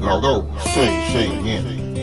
老豆碎碎念。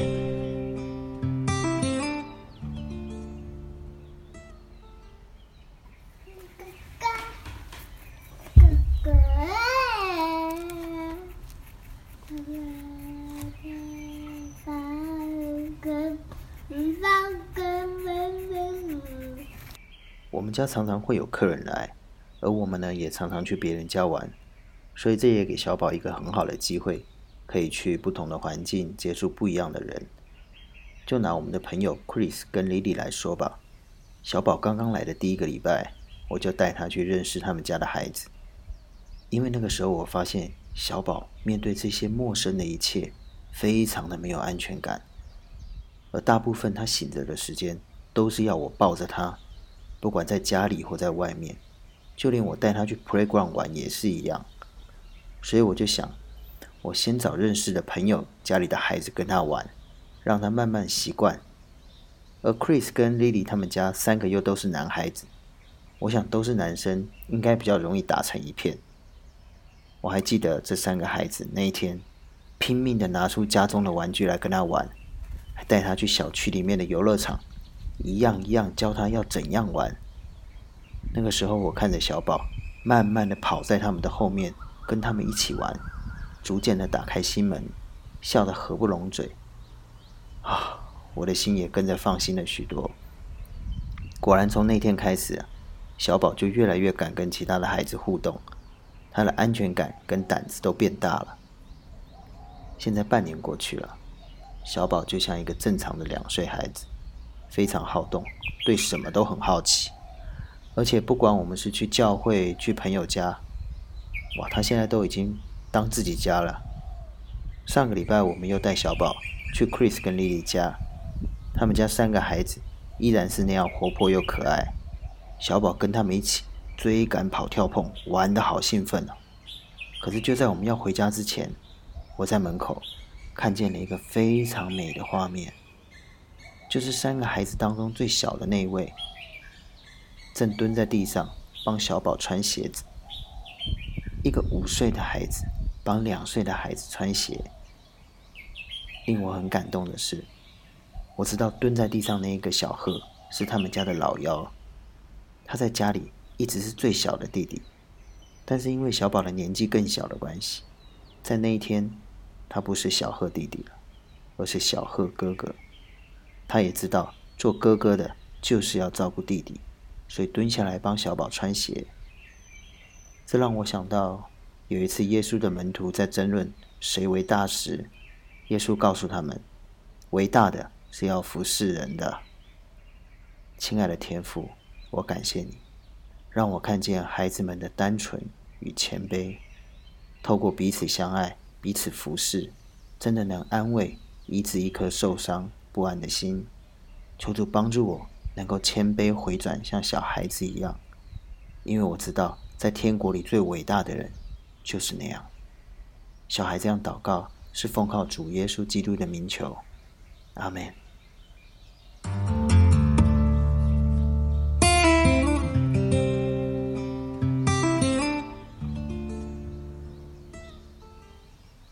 我们家常常会有客人来，而我们呢也常常去别人家玩，所以这也给小宝一个很好的机会，可以去不同的环境接触不一样的人。就拿我们的朋友 Chris 跟 Lily 来说吧，小宝刚刚来的第一个礼拜，我就带他去认识他们家的孩子。因为那个时候我发现小宝面对这些陌生的一切，非常的没有安全感，而大部分他醒着的时间都是要我抱着他，不管在家里或在外面，就连我带他去 playground 玩也是一样。所以我就想，我先找认识的朋友家里的孩子跟他玩，让他慢慢习惯。而 Chris 跟 Lily 他们家3个又都是男孩子，我想都是男生，应该比较容易打成一片。我还记得这3个孩子那一天拼命的拿出家中的玩具来跟他玩，还带他去小区里面的游乐场，一样一样教他要怎样玩。那个时候我看着小宝慢慢的跑在他们的后面，跟他们一起玩，逐渐的打开心门，笑得合不拢嘴。我的心也跟着放心了许多。果然从那天开始，小宝就越来越敢跟其他的孩子互动，他的安全感跟胆子都变大了。现在半年过去了，小宝就像一个正常的2岁孩子，非常好动，对什么都很好奇。而且不管我们是去教会、去朋友家，他现在都已经当自己家了。上个礼拜我们又带小宝去 Chris 跟 Lily 家，他们家3个孩子依然是那样活泼又可爱。小宝跟他们一起追赶、跑、跳、碰，玩得好兴奋哦。可是就在我们要回家之前，我在门口看见了一个非常美的画面，就是3个孩子当中最小的那一位，正蹲在地上帮小宝穿鞋子。一个5岁的孩子帮2岁的孩子穿鞋。令我很感动的是，我知道蹲在地上那一个小贺是他们家的老幺，他在家里一直是最小的弟弟，但是因为小宝的年纪更小的关系，在那一天他不是小贺弟弟了，而是小贺哥哥。他也知道做哥哥的就是要照顾弟弟，所以蹲下来帮小宝穿鞋。这让我想到有一次耶稣的门徒在争论谁为大时，耶稣告诉他们，为大的是要服侍人的。亲爱的天父，我感谢你，让我看见孩子们的单纯与谦卑，透过彼此相爱、彼此服侍，真的能安慰医治一颗受伤不安的心。求主帮助我能够谦卑回转，像小孩子一样，因为我知道在天国里最伟大的人就是那样。小孩这样祷告是奉靠主耶稣基督的名求，阿们。